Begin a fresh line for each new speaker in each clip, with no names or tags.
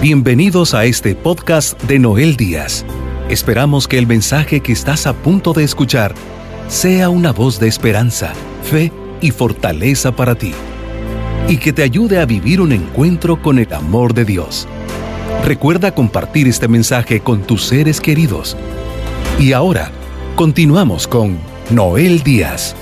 Bienvenidos a este podcast de Noel Díaz. Esperamos que el mensaje que estás a punto de escuchar sea una voz de esperanza, fe y fortaleza para ti, y que te ayude a vivir un encuentro con el amor de Dios. Recuerda compartir este mensaje con tus seres queridos. Y ahora, continuamos con Noel Díaz.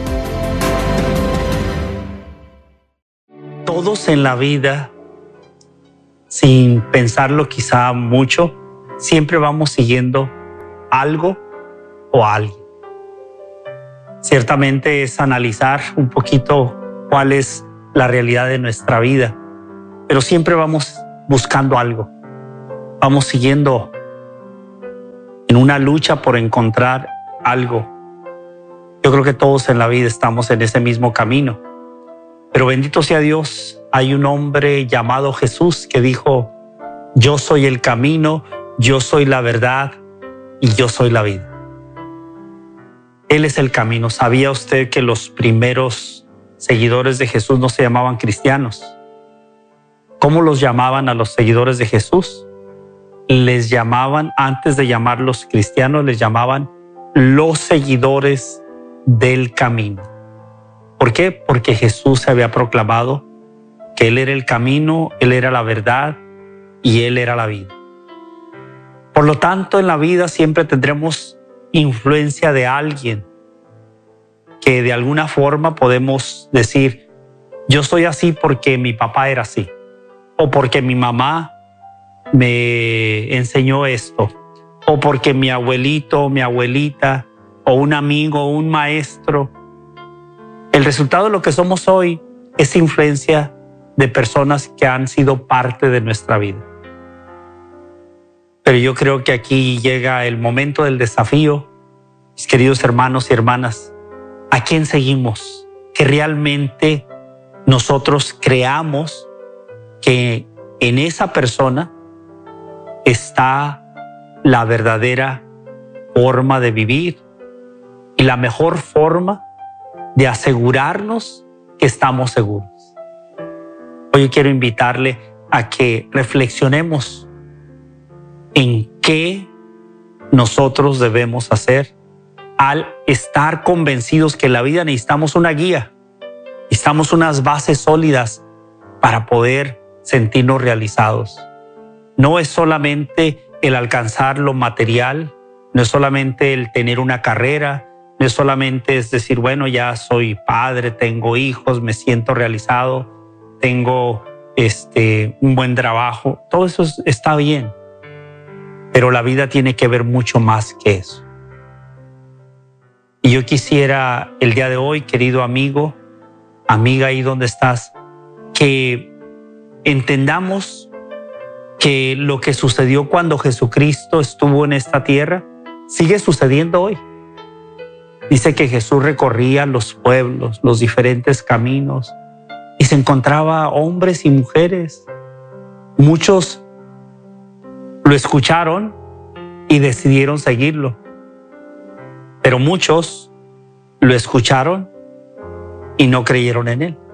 Todos en la vida, sin pensarlo quizá mucho, siempre vamos siguiendo algo o a alguien. Ciertamente es analizar un poquito cuál es la realidad de nuestra vida, pero siempre vamos buscando algo. Vamos siguiendo en una lucha por encontrar algo. Yo creo que todos en la vida estamos en ese mismo camino. Pero bendito sea Dios, hay un hombre llamado Jesús que dijo: yo soy el camino, yo soy la verdad y yo soy la vida. Él es el camino. ¿Sabía usted que los primeros seguidores de Jesús no se llamaban cristianos? ¿Cómo los llamaban a los seguidores de Jesús? Les llamaban, antes de llamarlos cristianos, les llamaban los seguidores del camino. ¿Por qué? Porque Jesús se había proclamado que Él era el camino, Él era la verdad y Él era la vida. Por lo tanto, en la vida siempre tendremos influencia de alguien que de alguna forma podemos decir: yo soy así porque mi papá era así, o porque mi mamá me enseñó esto, o porque mi abuelito, mi abuelita, o un amigo, o un maestro. El resultado de lo que somos hoy es influencia de personas que han sido parte de nuestra vida. Pero yo creo que aquí llega el momento del desafío, mis queridos hermanos y hermanas. ¿A quién seguimos? Que realmente nosotros creamos que en esa persona está la verdadera forma de vivir y la mejor forma de asegurarnos que estamos seguros. Hoy quiero invitarle a que reflexionemos en qué nosotros debemos hacer al estar convencidos que en la vida necesitamos una guía, necesitamos unas bases sólidas para poder sentirnos realizados. No es solamente el alcanzar lo material, no es solamente el tener una carrera, no es solamente es decir, bueno, ya soy padre, tengo hijos, me siento realizado, tengo un buen trabajo. Todo eso está bien, pero la vida tiene que ver mucho más que eso. Y yo quisiera el día de hoy, querido amigo, amiga, ahí donde estás, que entendamos que lo que sucedió cuando Jesucristo estuvo en esta tierra sigue sucediendo hoy. Dice que Jesús recorría los pueblos, los diferentes caminos, y se encontraba hombres y mujeres. Muchos lo escucharon y decidieron seguirlo, pero muchos lo escucharon y no creyeron en él.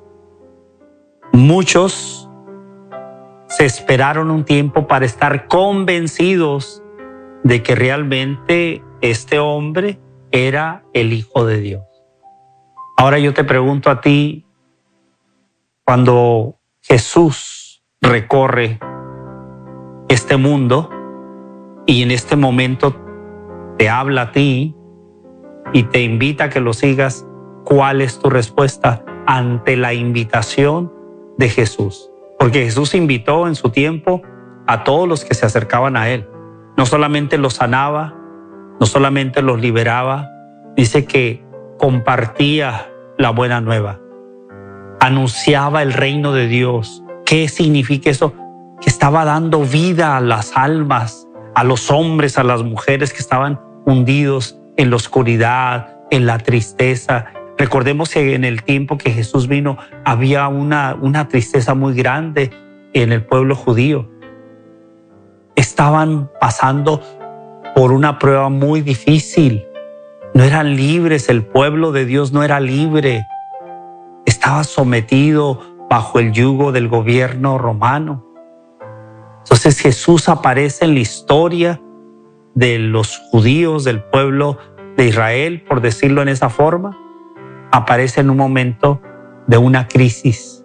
Muchos se esperaron un tiempo para estar convencidos de que realmente este hombre era el Hijo de Dios. Ahora yo te pregunto a ti, cuando Jesús recorre este mundo y en este momento te habla a ti y te invita a que lo sigas, ¿cuál es tu respuesta ante la invitación de Jesús? Porque Jesús invitó en su tiempo a todos los que se acercaban a Él. No solamente los sanaba, no solamente los liberaba, dice que compartía la buena nueva, anunciaba el reino de Dios. ¿Qué significa eso? Que estaba dando vida a las almas, a los hombres, a las mujeres que estaban hundidos en la oscuridad, en la tristeza. Recordemos que en el tiempo que Jesús vino había una tristeza muy grande en el pueblo judío. Estaban pasando por una prueba muy difícil. No eran libres, el pueblo de Dios no era libre. Estaba sometido bajo el yugo del gobierno romano. Entonces Jesús aparece en la historia de los judíos, del pueblo de Israel, por decirlo en esa forma. Aparece en un momento de una crisis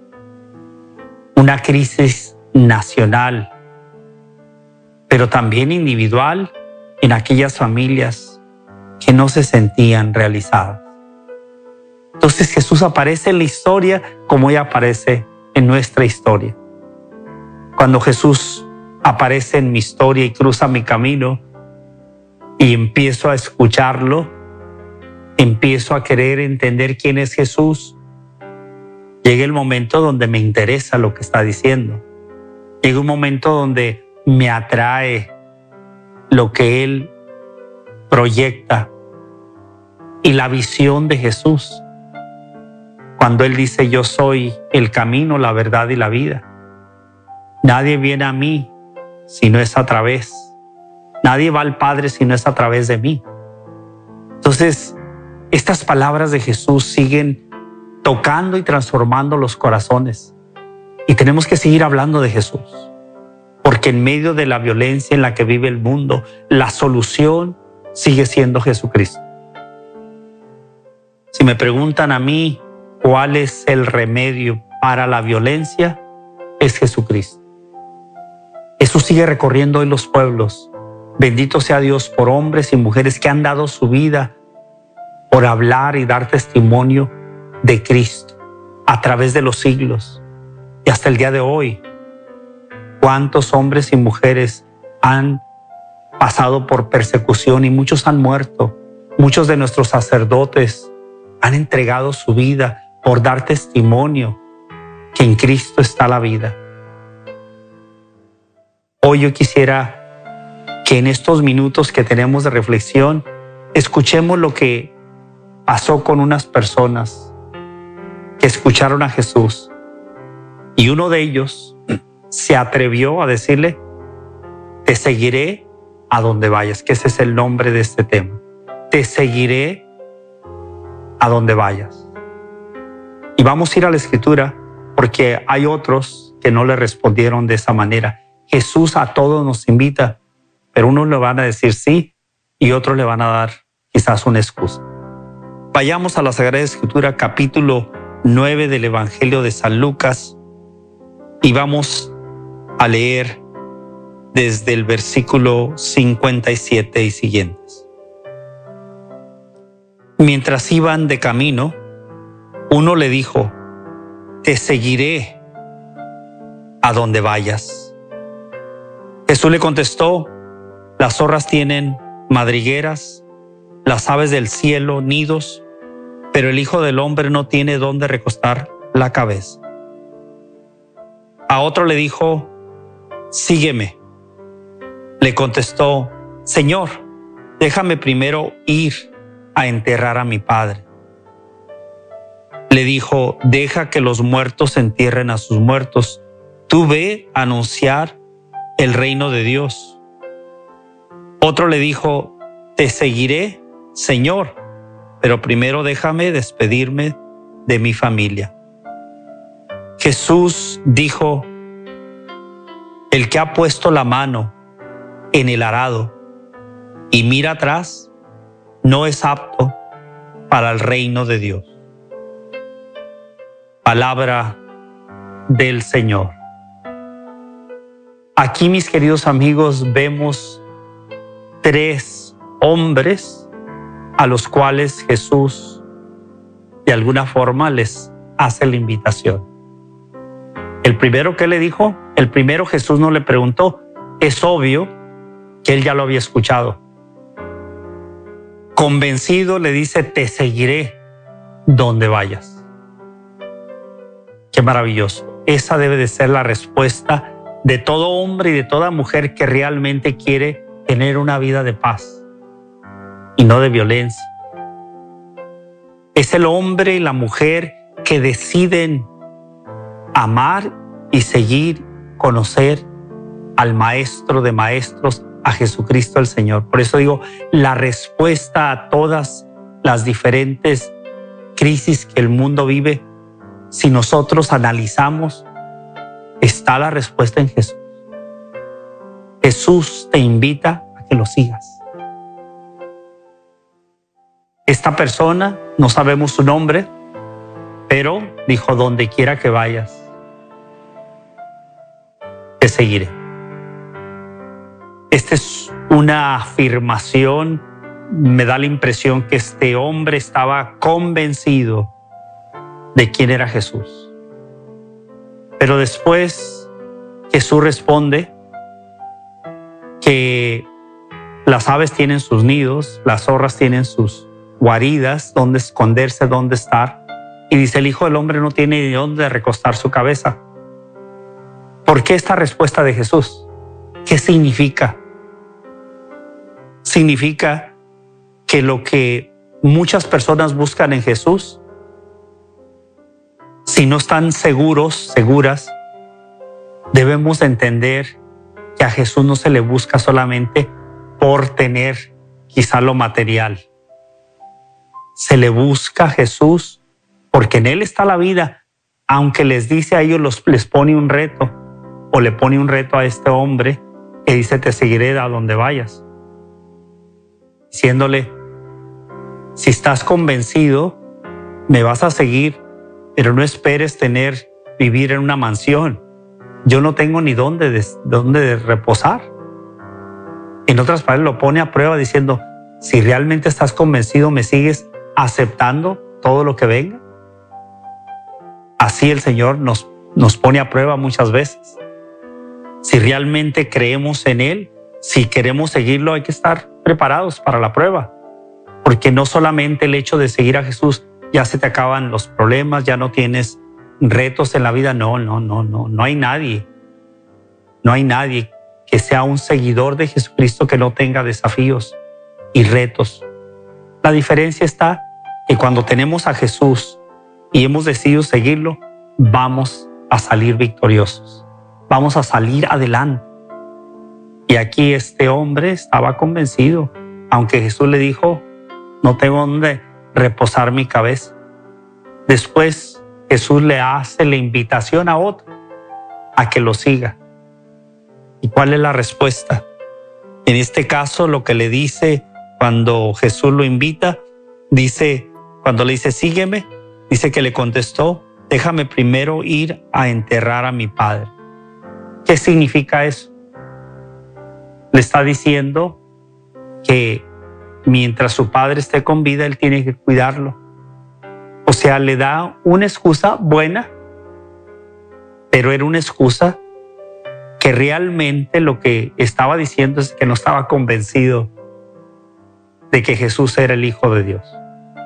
nacional, pero también individual en aquellas familias que no se sentían realizadas. Entonces Jesús aparece en la historia como ella aparece en nuestra historia. Cuando Jesús aparece en mi historia y cruza mi camino y empiezo a escucharlo, empiezo a querer entender quién es Jesús, llega el momento donde me interesa lo que está diciendo. Llega un momento donde me atrae lo que Él proyecta y la visión de Jesús. Cuando Él dice, yo soy el camino, la verdad y la vida. Nadie viene a mí si no es a través. Nadie va al Padre si no es a través de mí. Entonces, estas palabras de Jesús siguen tocando y transformando los corazones. Y tenemos que seguir hablando de Jesús. Porque en medio de la violencia en la que vive el mundo, la solución sigue siendo Jesucristo. Si me preguntan a mí cuál es el remedio para la violencia, es Jesucristo. Jesús sigue recorriendo hoy los pueblos. Bendito sea Dios por hombres y mujeres que han dado su vida por hablar y dar testimonio de Cristo a través de los siglos y hasta el día de hoy. ¿Cuántos hombres y mujeres han pasado por persecución y muchos han muerto? Muchos de nuestros sacerdotes han entregado su vida por dar testimonio que en Cristo está la vida. Hoy yo quisiera que en estos minutos que tenemos de reflexión escuchemos lo que pasó con unas personas que escucharon a Jesús y uno de ellos se atrevió a decirle, te seguiré a donde vayas, que ese es el nombre de este tema. Te seguiré a donde vayas. Y vamos a ir a la Escritura porque hay otros que no le respondieron de esa manera. Jesús a todos nos invita, pero unos le van a decir sí y otros le van a dar quizás una excusa. Vayamos a la Sagrada Escritura, capítulo 9 del Evangelio de San Lucas, y vamos a leer desde el versículo 57 y siguientes. Mientras iban de camino, uno le dijo, te seguiré a donde vayas. Jesús le contestó, las zorras tienen madrigueras, las aves del cielo nidos, pero el Hijo del Hombre no tiene dónde recostar la cabeza. A otro le dijo, sígueme. Le contestó, Señor, déjame primero ir a enterrar a mi padre. Le dijo, deja que los muertos entierren a sus muertos. Tú ve a anunciar el reino de Dios. Otro le dijo, te seguiré, Señor, pero primero déjame despedirme de mi familia. Jesús dijo, el que ha puesto la mano en el arado y mira atrás, no es apto para el reino de Dios. Palabra del Señor. Aquí, mis queridos amigos, vemos 3 hombres a los cuales Jesús de alguna forma les hace la invitación. El primero que le dijo, el primero Jesús no le preguntó, es obvio que él ya lo había escuchado. Convencido le dice, te seguiré donde vayas. Qué maravilloso. Esa debe de ser la respuesta de todo hombre y de toda mujer que realmente quiere tener una vida de paz y no de violencia. Es el hombre y la mujer que deciden amar y seguir, conocer al Maestro de Maestros, a Jesucristo el Señor. Por eso digo, la respuesta a todas las diferentes crisis que el mundo vive, si nosotros analizamos, está la respuesta en Jesús. Jesús te invita a que lo sigas. Esta persona, no sabemos su nombre, pero dijo: donde quiera que vayas, te seguiré. Esta es una afirmación. Me da la impresión que este hombre estaba convencido de quién era Jesús. Pero después Jesús responde que las aves tienen sus nidos, las zorras tienen sus guaridas, donde esconderse, donde estar. Y dice: el Hijo del Hombre no tiene ni dónde recostar su cabeza. ¿Por qué esta respuesta de Jesús? ¿Qué significa? Significa que lo que muchas personas buscan en Jesús, si no están seguros, seguras, debemos entender que a Jesús no se le busca solamente por tener quizá lo material. Se le busca a Jesús porque en Él está la vida, aunque les dice a ellos, les pone un reto, o le pone un reto a este hombre que dice: te seguiré a donde vayas. Diciéndole: si estás convencido, me vas a seguir, pero no esperes vivir en una mansión. Yo no tengo ni dónde reposar. En otras palabras, lo pone a prueba diciendo: si realmente estás convencido, ¿me sigues aceptando todo lo que venga? Así el Señor nos pone a prueba muchas veces. Si realmente creemos en Él, si queremos seguirlo, hay que estar preparados para la prueba. Porque no solamente el hecho de seguir a Jesús, ya se te acaban los problemas, ya no tienes retos en la vida. No hay nadie. No hay nadie que sea un seguidor de Jesucristo que no tenga desafíos y retos. La diferencia está que cuando tenemos a Jesús y hemos decidido seguirlo, vamos a salir victoriosos. Vamos a salir adelante. Y aquí este hombre estaba convencido, aunque Jesús le dijo: no tengo dónde reposar mi cabeza. Después Jesús le hace la invitación a otro a que lo siga. ¿Y cuál es la respuesta? En este caso, lo que le dice cuando Jesús lo invita, cuando le dice: sígueme, dice que le contestó: déjame primero ir a enterrar a mi padre. ¿Qué significa eso? Le está diciendo que mientras su padre esté con vida, él tiene que cuidarlo. O sea, le da una excusa buena, pero era una excusa que realmente lo que estaba diciendo es que no estaba convencido de que Jesús era el Hijo de Dios.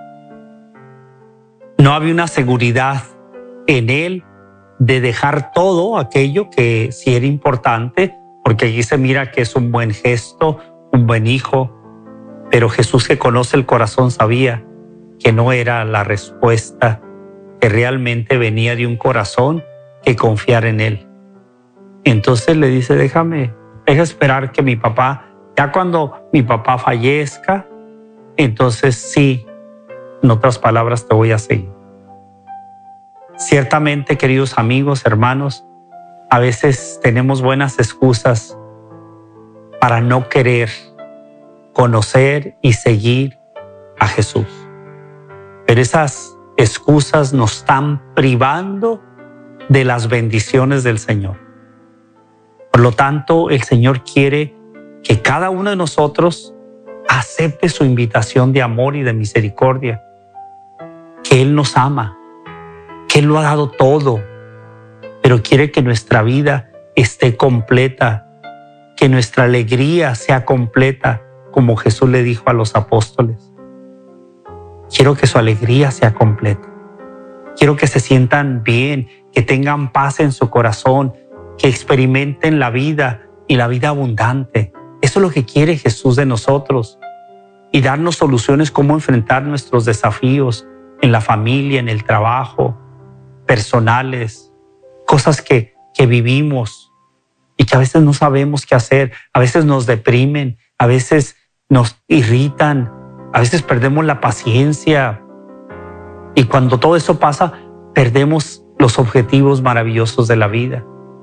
No había una seguridad en él de dejar todo aquello que sí era importante, porque allí se mira que es un buen gesto, un buen hijo, pero Jesús, que conoce el corazón, sabía que no era la respuesta, que realmente venía de un corazón que confiara en él. Entonces le dice: deja esperar que mi papá, ya cuando mi papá fallezca, entonces sí, en otras palabras, te voy a seguir. Ciertamente, queridos amigos, hermanos, a veces tenemos buenas excusas para no querer conocer y seguir a Jesús. Pero esas excusas nos están privando de las bendiciones del Señor. Por lo tanto, el Señor quiere que cada uno de nosotros acepte su invitación de amor y de misericordia, que Él nos ama, que Él lo ha dado todo, pero quiere que nuestra vida esté completa, que nuestra alegría sea completa, como Jesús le dijo a los apóstoles. Quiero que su alegría sea completa. Quiero que se sientan bien, que tengan paz en su corazón, que experimenten la vida y la vida abundante. Eso es lo que quiere Jesús de nosotros, y darnos soluciones cómo enfrentar nuestros desafíos en la familia, en el trabajo, personales, cosas que vivimos y que a veces no sabemos qué hacer, a veces nos deprimen, a veces nos irritan, a veces perdemos la paciencia, y cuando todo eso pasa, perdemos los objetivos maravillosos de la vida.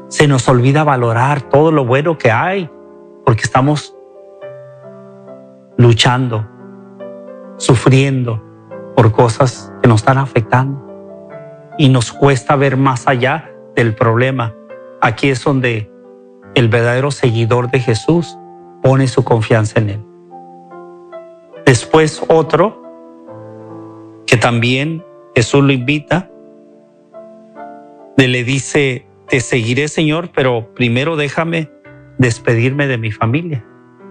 Se nos olvida valorar todo lo bueno que hay porque estamos luchando, sufriendo por cosas que nos están afectando y nos cuesta ver más allá del problema. Aquí es donde el verdadero seguidor de Jesús pone su confianza en Él. Después otro que también Jesús lo invita, le dice: te seguiré, Señor, pero primero déjame despedirme de mi familia.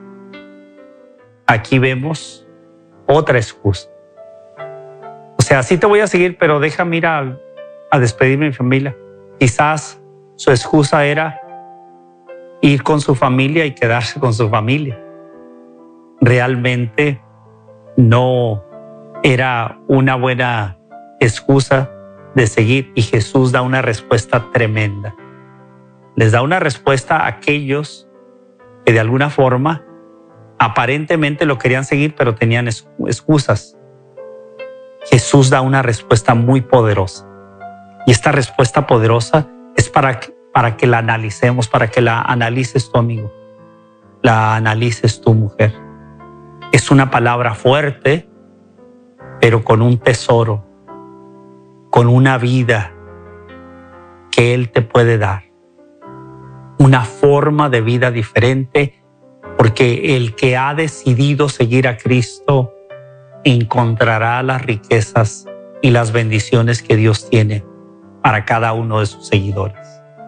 Aquí vemos otra excusa. O sea, sí te voy a seguir, pero déjame ir a despedirme de mi familia. Quizás su excusa era ir con su familia y quedarse con su familia. Realmente no era una buena excusa de seguir, y Jesús da una respuesta tremenda. Les da una respuesta a aquellos que de alguna forma aparentemente lo querían seguir, pero tenían excusas. Jesús da una respuesta muy poderosa, y esta respuesta poderosa es para que la analicemos, para que la analices tu amigo, la analices tu mujer. Es una palabra fuerte, pero con un tesoro, con una vida que Él te puede dar, una forma de vida diferente, porque el que ha decidido seguir a Cristo encontrará las riquezas y las bendiciones que Dios tiene para cada uno de sus seguidores.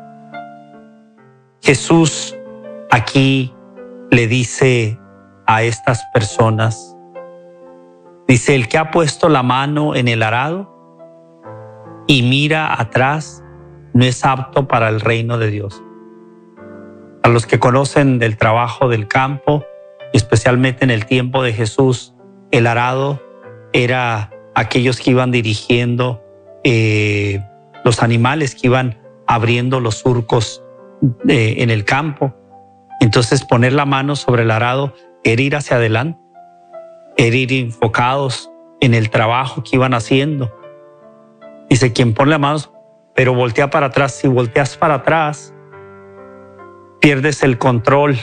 Jesús aquí le dice a estas personas, dice: el que ha puesto la mano en el arado y mira atrás no es apto para el reino de Dios. A los que conocen del trabajo del campo, especialmente en el tiempo de Jesús, el arado era aquellos que iban dirigiendo los animales, que iban abriendo los surcos en el campo. Entonces poner la mano sobre el arado era ir hacia adelante, era ir enfocados en el trabajo que iban haciendo. Dice: quien pone la mano, pero voltea para atrás. Si volteas para atrás, pierdes el control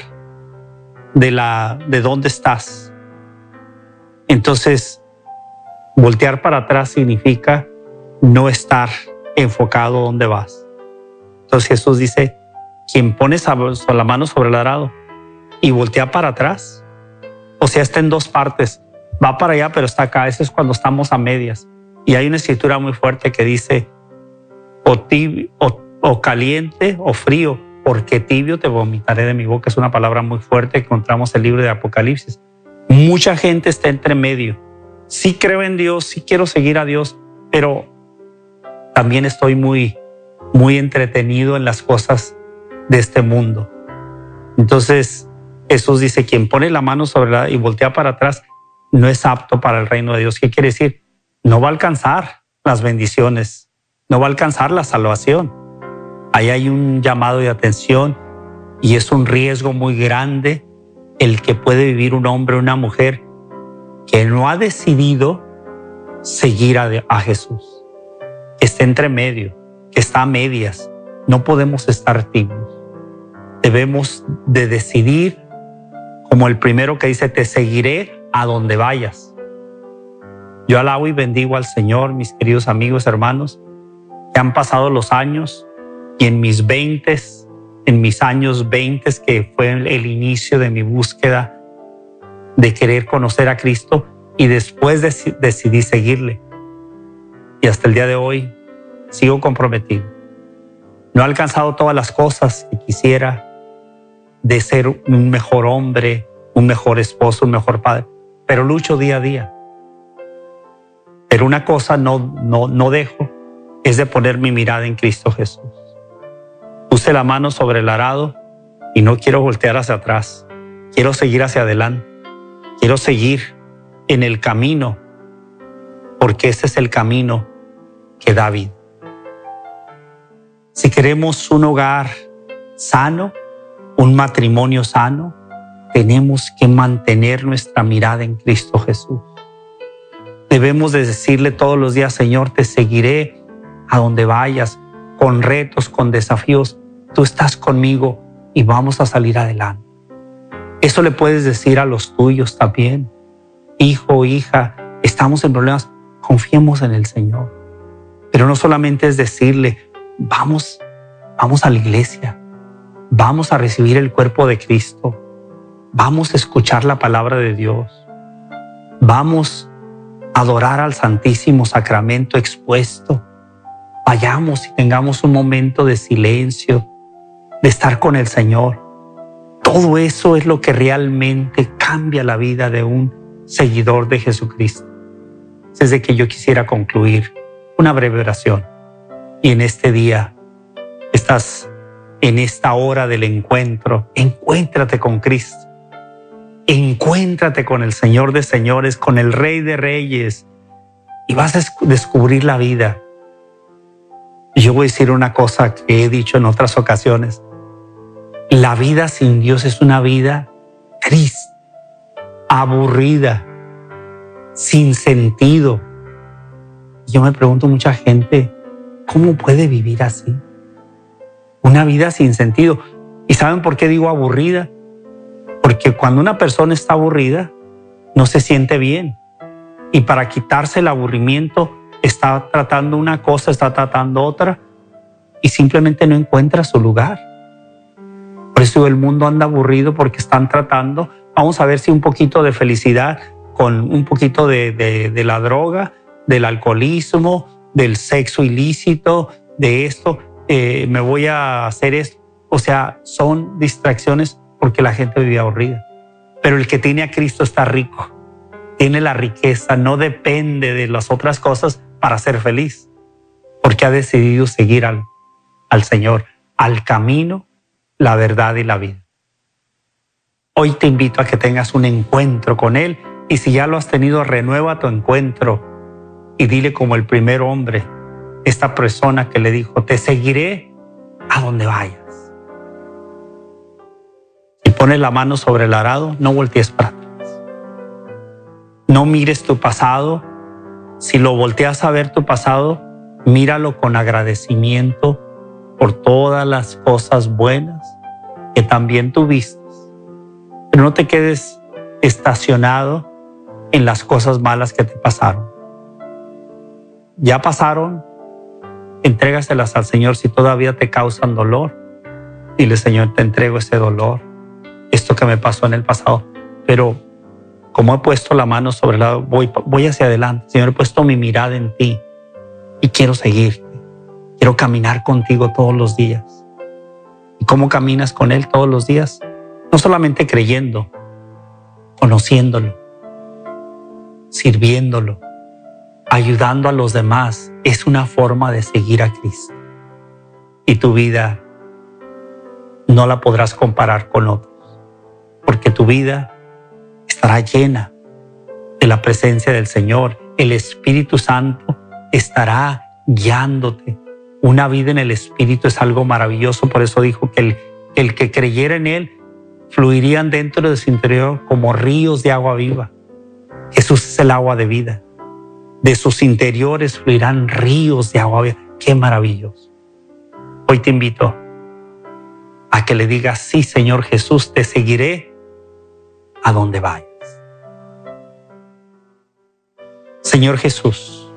de dónde estás. Entonces, voltear para atrás significa no estar enfocado donde vas. Entonces Jesús dice: quien pone la mano sobre el arado y voltea para atrás, o sea, está en dos partes, va para allá pero está acá. Eso es cuando estamos a medias. Y hay una escritura muy fuerte que dice: o tibio, o caliente o frío, porque tibio te vomitaré de mi boca. Es una palabra muy fuerte que encontramos en el libro de Apocalipsis. Mucha gente está entre medio. Sí creo en Dios, sí quiero seguir a Dios, pero también estoy muy entretenido en las cosas de este mundo. Entonces Jesús dice: quien pone la mano sobre y voltea para atrás no es apto para el reino de Dios. ¿Qué quiere decir? No va a alcanzar las bendiciones, no va a alcanzar la salvación. Ahí hay un llamado de atención, y es un riesgo muy grande el que puede vivir un hombre o una mujer que no ha decidido seguir a Jesús, que está entre medio, que está a medias. No podemos estar tibios. Debemos de decidir, como el primero que dice: te seguiré a donde vayas. Yo alabo y bendigo al Señor, mis queridos amigos, hermanos, que han pasado los años, y en mis años 20, que fue el inicio de mi búsqueda de querer conocer a Cristo, y después decidí seguirle. Y hasta el día de hoy sigo comprometido. No he alcanzado todas las cosas que quisiera, de ser un mejor hombre, un mejor esposo, un mejor padre, pero lucho día a día. Pero una cosa no dejo, es de poner mi mirada en Cristo Jesús. Puse la mano sobre el arado y no quiero voltear hacia atrás. Quiero seguir hacia adelante. Quiero seguir en el camino, porque ese es el camino que da vida. Si queremos un hogar sano, un matrimonio sano, tenemos que mantener nuestra mirada en Cristo Jesús. Debemos de decirle todos los días: Señor, te seguiré a donde vayas, con retos, con desafíos, tú estás conmigo y vamos a salir adelante. Eso le puedes decir a los tuyos también. Hijo, hija, estamos en problemas, confiemos en el Señor. Pero no solamente es decirle, vamos a la iglesia, vamos a recibir el cuerpo de Cristo, vamos a escuchar la palabra de Dios, vamos a adorar al Santísimo Sacramento expuesto. Vayamos y tengamos un momento de silencio, de estar con el Señor. Todo eso es lo que realmente cambia la vida de un seguidor de Jesucristo. Es de que yo quisiera concluir una breve oración. Y en este día, estás en esta hora del encuentro, encuéntrate con Cristo. Encuéntrate con el Señor de señores, con el Rey de reyes, y vas a descubrir la vida. Y yo voy a decir una cosa que he dicho en otras ocasiones. La vida sin Dios es una vida triste, aburrida, sin sentido. Yo me pregunto, mucha gente, ¿cómo puede vivir así? Una vida sin sentido. ¿Y saben por qué digo aburrida? Porque cuando una persona está aburrida, no se siente bien. Y para quitarse el aburrimiento, está tratando una cosa, está tratando otra, y simplemente no encuentra su lugar. Por eso el mundo anda aburrido, porque están tratando, vamos a ver si un poquito de felicidad con un poquito de la droga, del alcoholismo, del sexo ilícito, de esto, me voy a hacer esto. O sea, son distracciones porque la gente vive aburrida. Pero el que tiene a Cristo está rico, tiene la riqueza, no depende de las otras cosas para ser feliz, porque ha decidido seguir al Señor, al camino, la verdad y la vida. Hoy te invito a que tengas un encuentro con Él, y si ya lo has tenido, renueva tu encuentro y dile como el primer hombre, esta persona que le dijo, te seguiré a donde vayas. Si pones la mano sobre el arado, no voltees para atrás. No mires tu pasado. Si lo volteas a ver tu pasado, míralo con agradecimiento por todas las cosas buenas que también tuviste. Pero no te quedes estacionado en las cosas malas que te pasaron. Ya pasaron, entrégaselas al Señor. Si todavía te causan dolor, dile, Señor, te entrego ese dolor, esto que me pasó en el pasado, pero como he puesto la mano sobre el lado, voy hacia adelante. Señor, he puesto mi mirada en ti y quiero seguirte. Quiero caminar contigo todos los días. ¿Y cómo caminas con Él todos los días? No solamente creyendo, conociéndolo, sirviéndolo, ayudando a los demás. Es una forma de seguir a Cristo. Y tu vida no la podrás comparar con otros, porque tu vida estará llena de la presencia del Señor. El Espíritu Santo estará guiándote. Una vida en el Espíritu es algo maravilloso. Por eso dijo que el que creyera en Él fluirían dentro de su interior como ríos de agua viva. Jesús es el agua de vida. De sus interiores fluirán ríos de agua viva. ¡Qué maravilloso! Hoy te invito a que le digas, sí, Señor Jesús, te seguiré a donde vayas. Señor Jesús,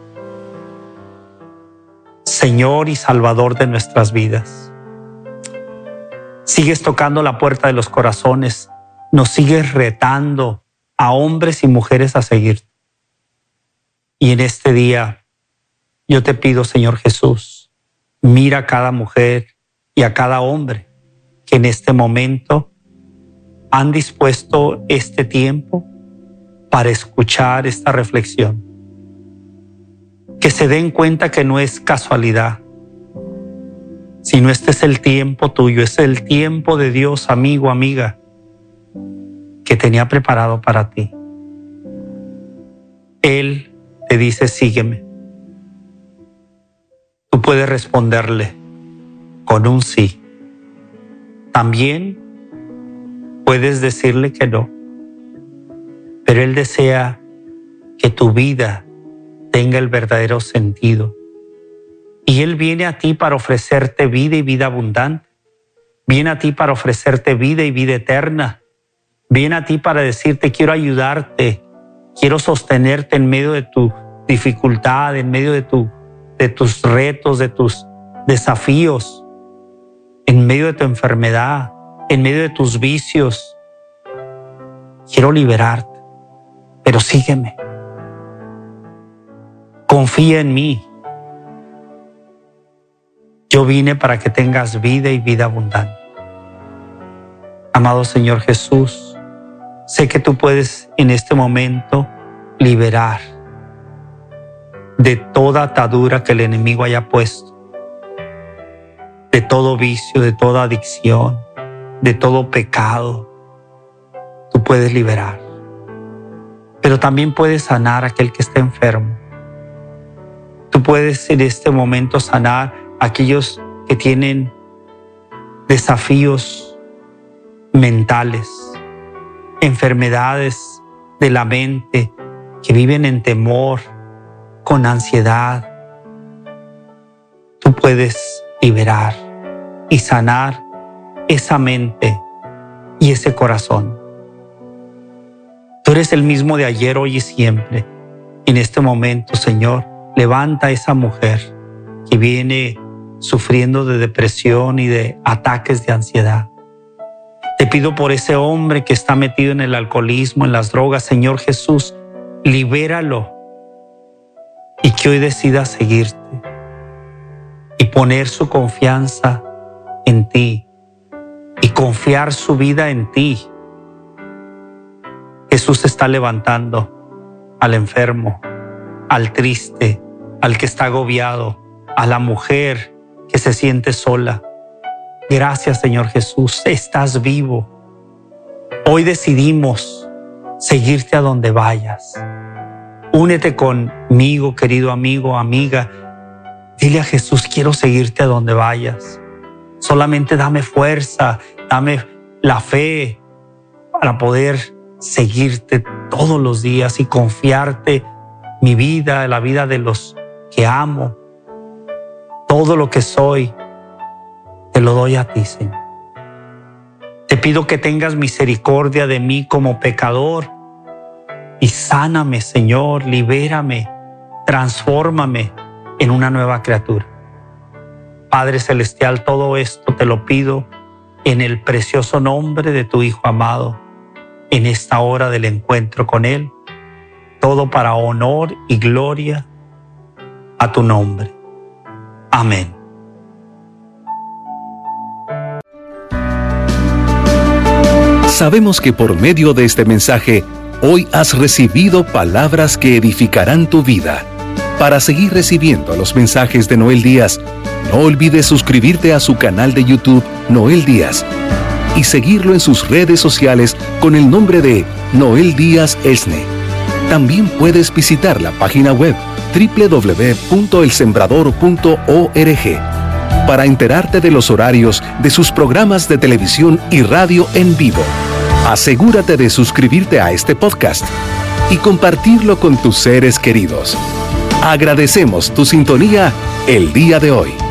Señor y Salvador de nuestras vidas, sigues tocando la puerta de los corazones, nos sigues retando a hombres y mujeres a seguirte. Y en este día yo te pido, Señor Jesús, mira a cada mujer y a cada hombre que en este momento han dispuesto este tiempo para escuchar esta reflexión. Que se den cuenta que no es casualidad, sino este es el tiempo tuyo, es el tiempo de Dios, amigo, amiga, que tenía preparado para ti. Él te dice, sígueme. Tú puedes responderle con un sí. También puedes decirle que no, pero Él desea que tu vida tenga el verdadero sentido. Y Él viene a ti para ofrecerte vida y vida abundante. Viene a ti para ofrecerte vida y vida eterna. Viene a ti para decirte: quiero ayudarte, quiero sostenerte en medio de tu dificultad, en medio de tus retos, de tus desafíos, en medio de tu enfermedad, en medio de tus vicios. Quiero liberarte, pero sígueme. Confía en mí. Yo vine para que tengas vida y vida abundante. Amado Señor Jesús, sé que tú puedes en este momento liberar de toda atadura que el enemigo haya puesto, de todo vicio, de toda adicción, de todo pecado. Tú puedes liberar, pero también puedes sanar a aquel que está enfermo. Tú puedes en este momento sanar a aquellos que tienen desafíos mentales, enfermedades de la mente, que viven en temor, con ansiedad. Tú puedes liberar y sanar esa mente y ese corazón. Tú eres el mismo de ayer, hoy y siempre. En este momento, Señor, levanta a esa mujer que viene sufriendo de depresión y de ataques de ansiedad. Te pido por ese hombre que está metido en el alcoholismo, en las drogas. Señor Jesús, libéralo y que hoy decida seguirte y poner su confianza en ti y confiar su vida en ti. Jesús está levantando al enfermo, al triste, al que está agobiado, a la mujer que se siente sola. Gracias, Señor Jesús, estás vivo. Hoy decidimos seguirte a donde vayas. Únete conmigo, querido amigo, amiga. Dile a Jesús: quiero seguirte a donde vayas. Solamente dame fuerza, dame la fe para poder seguirte todos los días y confiarte mi vida, la vida de los que amo. Todo lo que soy, te lo doy a ti, Señor. Te pido que tengas misericordia de mí como pecador y sáname, Señor, libérame, transfórmame en una nueva criatura. Padre Celestial, todo esto te lo pido en el precioso nombre de tu Hijo amado, en esta hora del encuentro con Él, todo para honor y gloria a tu nombre. Amén.
Sabemos que por medio de este mensaje, hoy has recibido palabras que edificarán tu vida. Para seguir recibiendo los mensajes de Noel Díaz, no olvides suscribirte a su canal de YouTube Noel Díaz y seguirlo en sus redes sociales con el nombre de Noel Díaz Esne. También puedes visitar la página web www.elsembrador.org para enterarte de los horarios de sus programas de televisión y radio en vivo. Asegúrate de suscribirte a este podcast y compartirlo con tus seres queridos. Agradecemos tu sintonía el día de hoy.